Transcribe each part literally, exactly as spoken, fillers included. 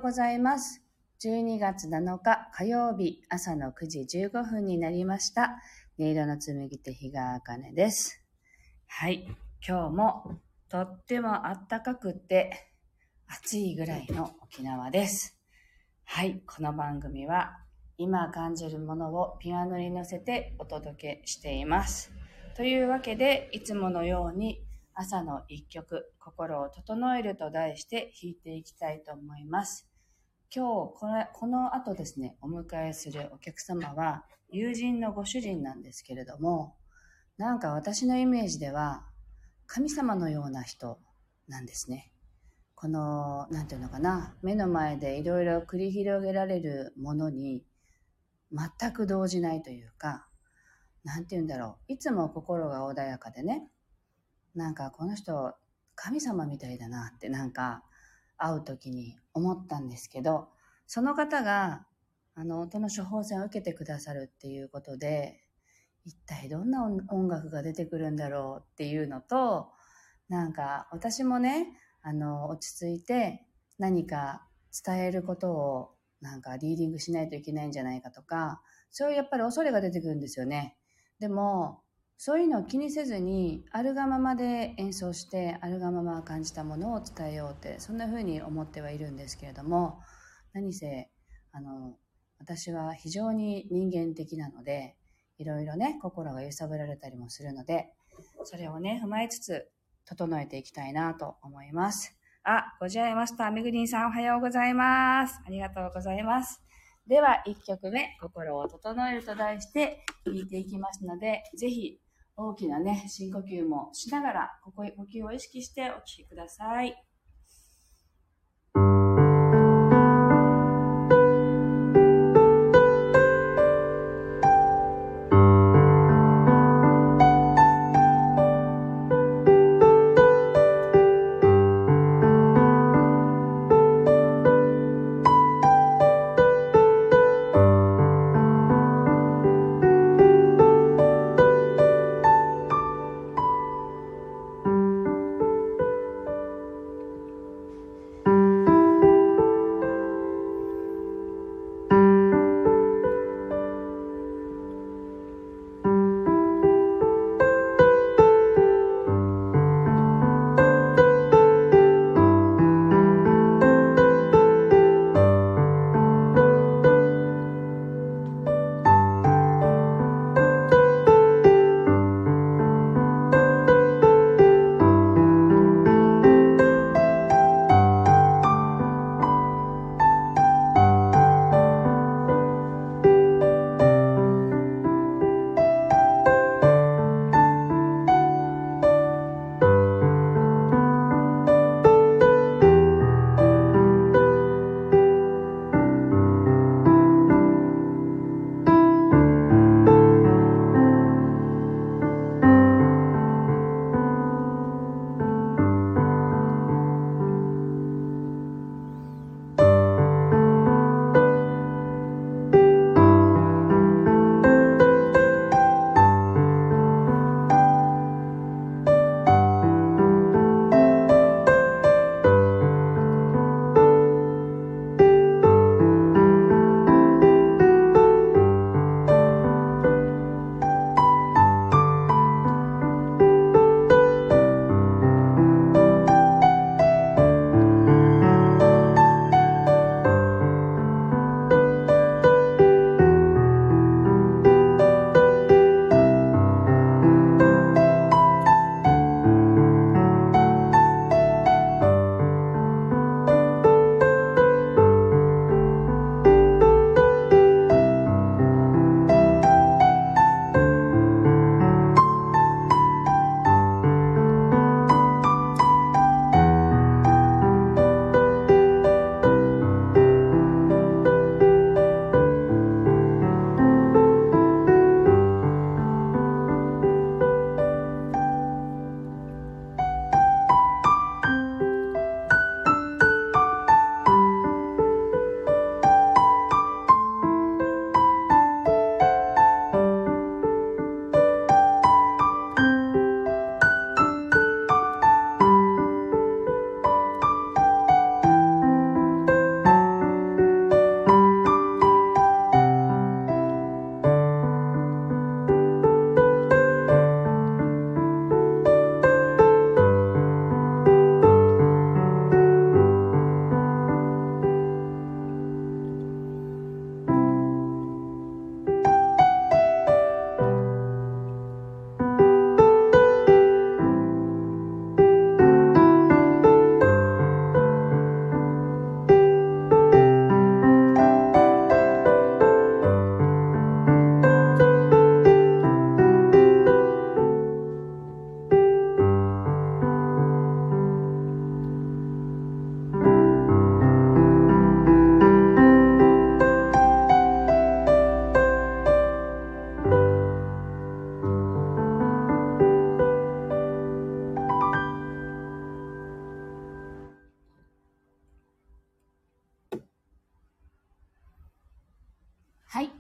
ございます。じゅうにがつなのか火曜日朝のくじじゅうごふんになりました。音色の紡手日川茜です。はい、今日もとっても暖かくて暑いぐらいの沖縄です。はい、この番組は今感じるものをピアノに乗せてお届けしています。というわけで、いつものように朝の一曲、心を整えると題して弾いていきたいと思います。今日これ、この後ですね、お迎えするお客様は友人のご主人なんですけれども、なんか私のイメージでは神様のような人なんですね。この、なんていうのかな、目の前でいろいろ繰り広げられるものに全く動じないというか、なんていうんだろう、いつも心が穏やかでね、なんかこの人神様みたいだなってなんか会う時に思ったんですけど、その方があの音の処方箋を受けてくださるっていうことで、一体どんな音楽が出てくるんだろうっていうのと、なんか私もね、あの落ち着いて何か伝えることをなんかリーディングしないといけないんじゃないかとか、そういうやっぱり恐れが出てくるんですよね。でもそういうのを気にせずにあるがままで演奏して、あるがまま感じたものを伝えようって、そんな風に思ってはいるんですけれども、何せあの私は非常に人間的なので、いろいろね心が揺さぶられたりもするので、それをね踏まえつつ整えていきたいなと思います。あ、ごじゃいました。めぐりんさん、おはようございます。ありがとうございます。ではいっきょくめ、心を整えると題して弾いていきますので、ぜひ大きなね深呼吸もしながら、ここ呼吸を意識してお聴きください。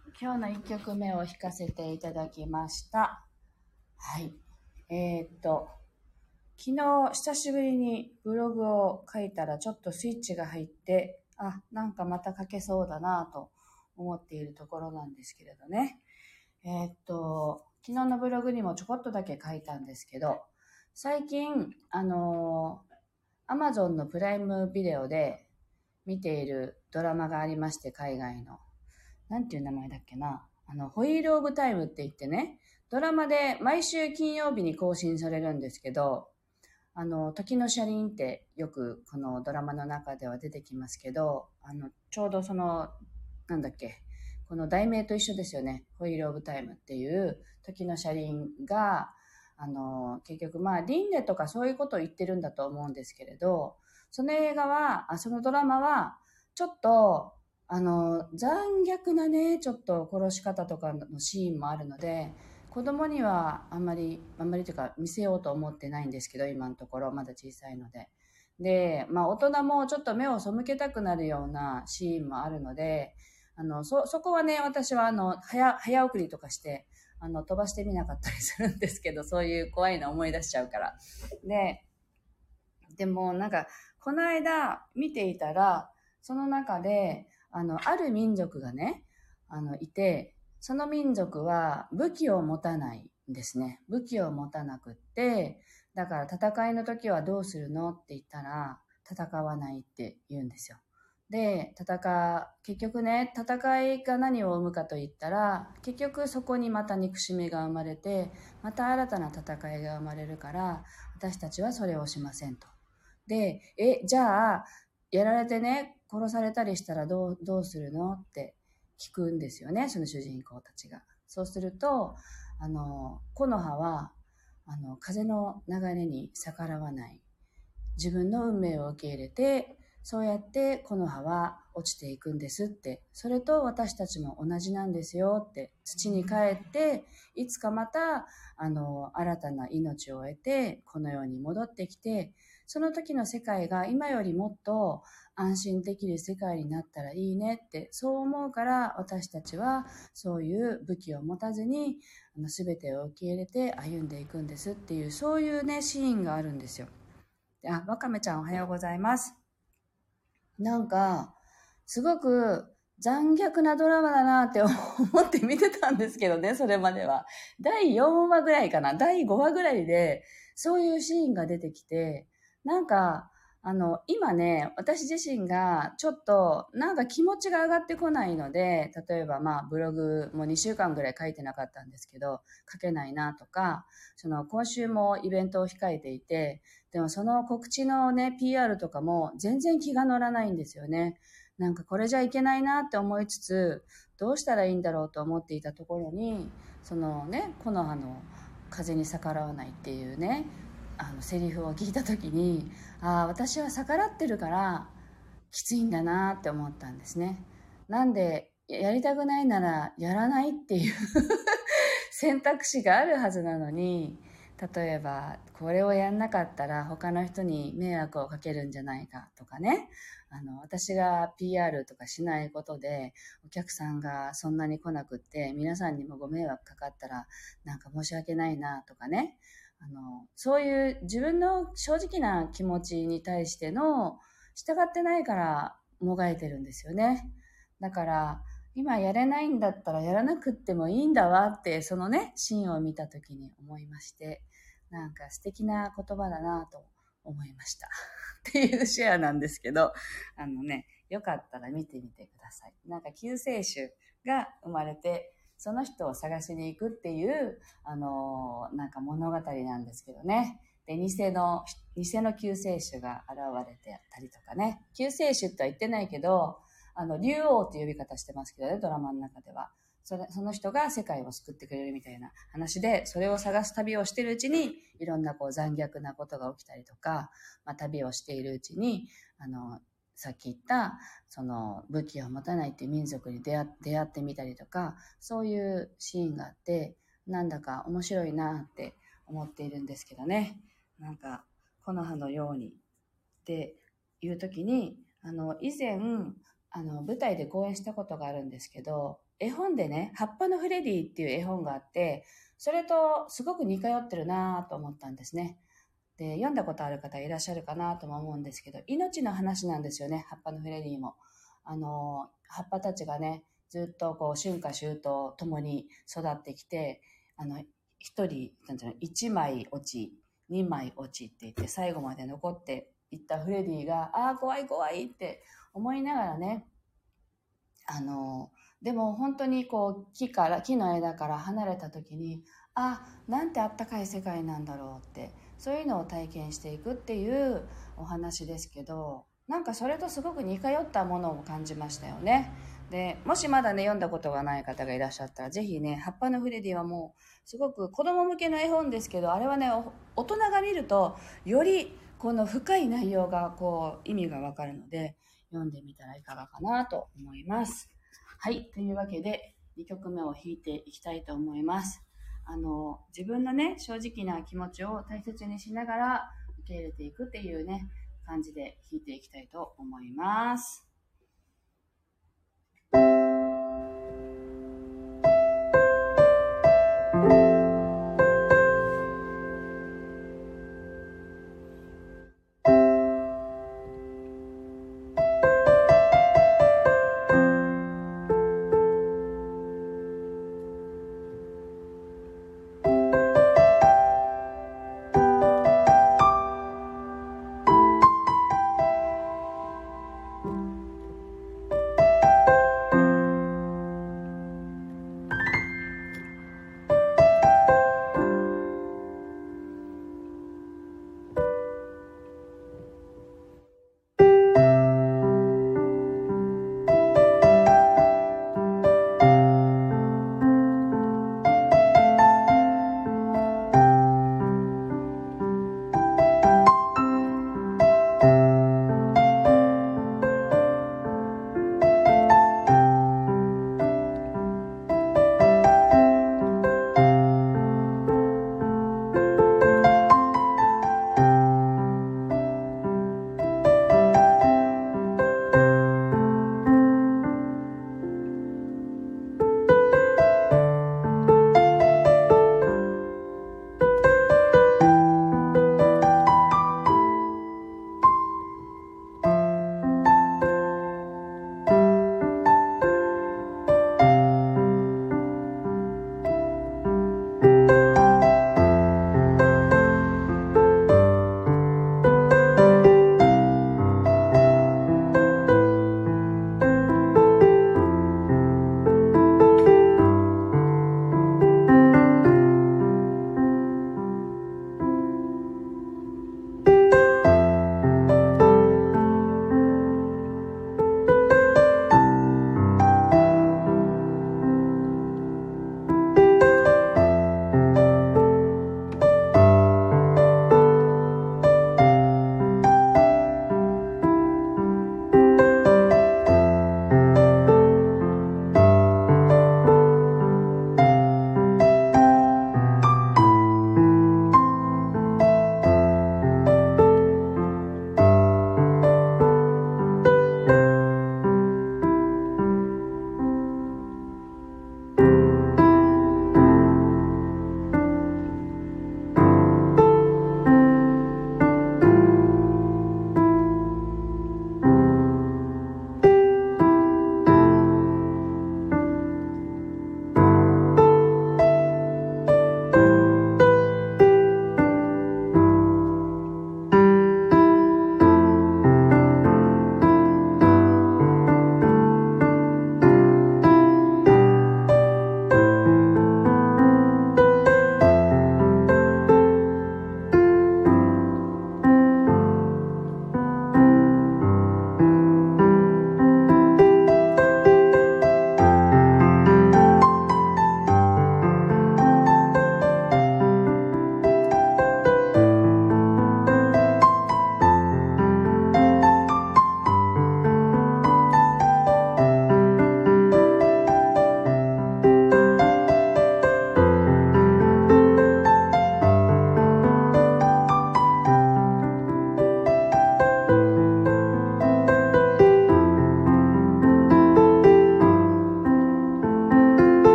今日のいっきょくめを弾かせていただきました。はい。えー、っと、昨日久しぶりにブログを書いたらちょっとスイッチが入って、あ、なんかまた書けそうだなと思っているところなんですけれどね。えー、っと、昨日のブログにもちょこっとだけ書いたんですけど、最近、あのー、Amazon のプライムビデオで見ているドラマがありまして、海外の。なんていう名前だっけな。あの、ホイールオブタイムって言ってね、ドラマで毎週金曜日に更新されるんですけど、あの、時の車輪ってよくこのドラマの中では出てきますけど、あの、ちょうどその、なんだっけ、この題名と一緒ですよね。ホイールオブタイムっていう時の車輪が、あの、結局まあ輪廻とかそういうことを言ってるんだと思うんですけれど、その映画は、あそのドラマは、ちょっと、あの、残虐なね、ちょっと殺し方とかのシーンもあるので、子供にはあんまり、あんまりというか見せようと思ってないんですけど、今のところまだ小さいので。で、まあ大人もちょっと目を背けたくなるようなシーンもあるので、あの、そ、そこはね、私はあの、早、早送りとかして、あの、飛ばしてみなかったりするんですけど、そういう怖いの思い出しちゃうから。で、でもなんか、この間見ていたら、その中で、あの、ある民族がね、あの、いて、その民族は武器を持たないんですね。武器を持たなくって、だから戦いの時はどうするのって言ったら、戦わないって言うんですよ。で、戦、結局ね、戦いが何を生むかと言ったら、結局そこにまた憎しみが生まれて、また新たな戦いが生まれるから、私たちはそれをしませんと。で、え、じゃあ、やられてね、殺されたりしたらどう、どうするのって聞くんですよね、その主人公たちが。そうすると、あの、木の葉は、あの、風の流れに逆らわない。自分の運命を受け入れて、そうやって木の葉は落ちていくんですって。それと私たちも同じなんですよって。土に帰って、いつかまた、あの、新たな命を得て、この世に戻ってきて、その時の世界が今よりもっと安心できる世界になったらいいねって、そう思うから私たちはそういう武器を持たずに、あの全てを受け入れて歩んでいくんですっていう、そういうね、シーンがあるんですよ。あ、わかめちゃんおはようございます。なんか、すごく残虐なドラマだなって思って見てたんですけどね、それまでは。だいよんわぐらいかな、だいごわぐらいで、そういうシーンが出てきて、なんか、あの、今ね、私自身がちょっと、なんか気持ちが上がってこないので、例えばまあ、ブログもにしゅうかんぐらい書いてなかったんですけど、書けないなとか、その、今週もイベントを控えていて、でもその告知のね、ピーアール とかも全然気が乗らないんですよね。なんかこれじゃいけないなって思いつつ、どうしたらいいんだろうと思っていたところに、そのね、木の葉の風に逆らわないっていうね、あのセリフを聞いた時に、ああ、私は逆らってるからきついんだなって思ったんですね。なんで、やりたくないならやらないっていう選択肢があるはずなのに、例えばこれをやんなかったら他の人に迷惑をかけるんじゃないかとかね、あの私が ピーアール とかしないことでお客さんがそんなに来なくって皆さんにもご迷惑かかったらなんか申し訳ないなとかね、あのそういう自分の正直な気持ちに対しての従ってないからもがいてるんですよね。だから今やれないんだったらやらなくってもいいんだわって、そのね、シーンを見た時に思いまして、なんか素敵な言葉だなと思いました。っていうシェアなんですけど、あのね、よかったら見てみてください。なんか救世主が生まれて、その人を探しに行くっていう、あのー、なんか物語なんですけどね。で、偽の、偽の救世主が現れてたりとかね。救世主とは言ってないけど、あの、竜王って呼び方してますけどね、ドラマの中では。それ、その人が世界を救ってくれるみたいな話で、それを探す旅をしているうちに、いろんなこう残虐なことが起きたりとか、まあ、旅をしているうちに、あの、さっき言った、その武器を持たないっていう民族に出会出会ってみたりとか、そういうシーンがあって、なんだか面白いなって思っているんですけどね。なんか、木の葉のようにっていう時に、あの、以前、あの、舞台で講演したことがあるんですけど、 絵本でね、葉っぱのフレディっていう絵本があって、それとすごく似通ってるなと思ったんですね。で、読んだことある方いらっしゃるかなとも思うんですけど、命の話なんですよね、葉っぱのフレディも。あの、葉っぱたちがね、ずっとこう春夏秋冬ともに育ってきて、あの、一人、なんていうの、一枚落ち、二枚落ちって言って最後まで残っていったフレディが、ああ、怖い怖いって思いながらね、あの、でも本当にこう木から、木の枝から離れた時に、あ、なんてあったかい世界なんだろうって、そういうのを体験していくっていうお話ですけど、なんかそれとすごく似通ったものを感じましたよね。で、もしまだね、読んだことがない方がいらっしゃったら、ぜひね、葉っぱのフレディはもう、すごく子供向けの絵本ですけど、あれはね、大人が見ると、よりこの深い内容が、こう、意味がわかるので、読んでみたらいかがかなと思います。はい。というわけで、にきょくめを弾いていきたいと思います。あの、自分のね、正直な気持ちを大切にしながら受け入れていくっていうね、感じで弾いていきたいと思います。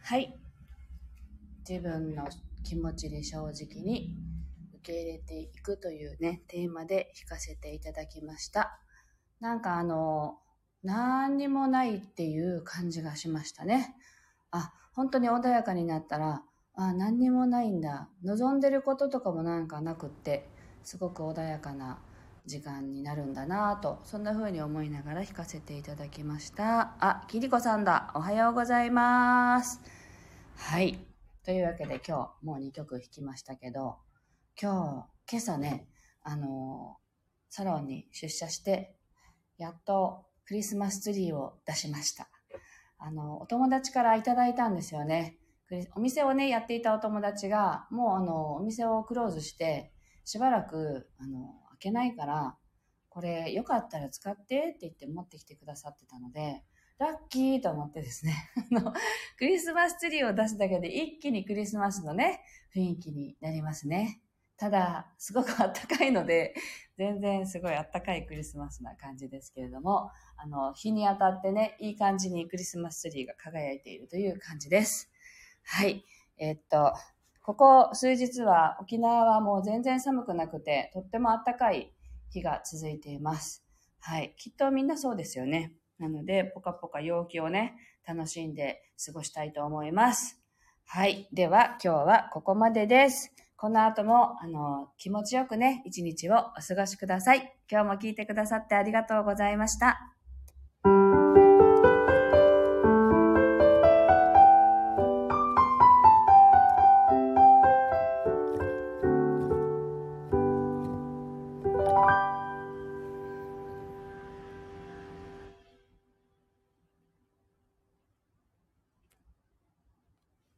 はい。自分の気持ちに正直に受け入れていくというね、テーマで弾かせていただきました。なんかあの、何にもないっていう感じがしましたね。あ、本当に穏やかになったら、あ、何にもないんだ。望んでることとかもなんかなくって、すごく穏やかな時間になるんだなぁと、そんな風に思いながら弾かせていただきました。あ、きりこさんだ。おはようございます。はい。というわけで今日もうにきょく弾きましたけど、今日、今朝ね、あの、サロンに出社して、やっとクリスマスツリーを出しました。あの、お友達からいただいたんですよね。お店をね、やっていたお友達が、もうあの、お店をクローズして、しばらく、あの、開けないから、これよかったら使ってって言って持ってきてくださってたので、ラッキーと思ってですね、あの、クリスマスツリーを出すだけで一気にクリスマスのね、雰囲気になりますね。ただ、すごくあったかいので、全然すごいあったかいクリスマスな感じですけれども、あの、日に当たってね、いい感じにクリスマスツリーが輝いているという感じです。はい。えっと、ここ数日は沖縄はもう全然寒くなくて、とってもあったかい日が続いています。はい。きっとみんなそうですよね。なので、ポカポカ陽気をね、楽しんで過ごしたいと思います。はい。では、今日はここまでです。この後も、あの、気持ちよくね、一日をお過ごしください。今日も聞いてくださってありがとうございました。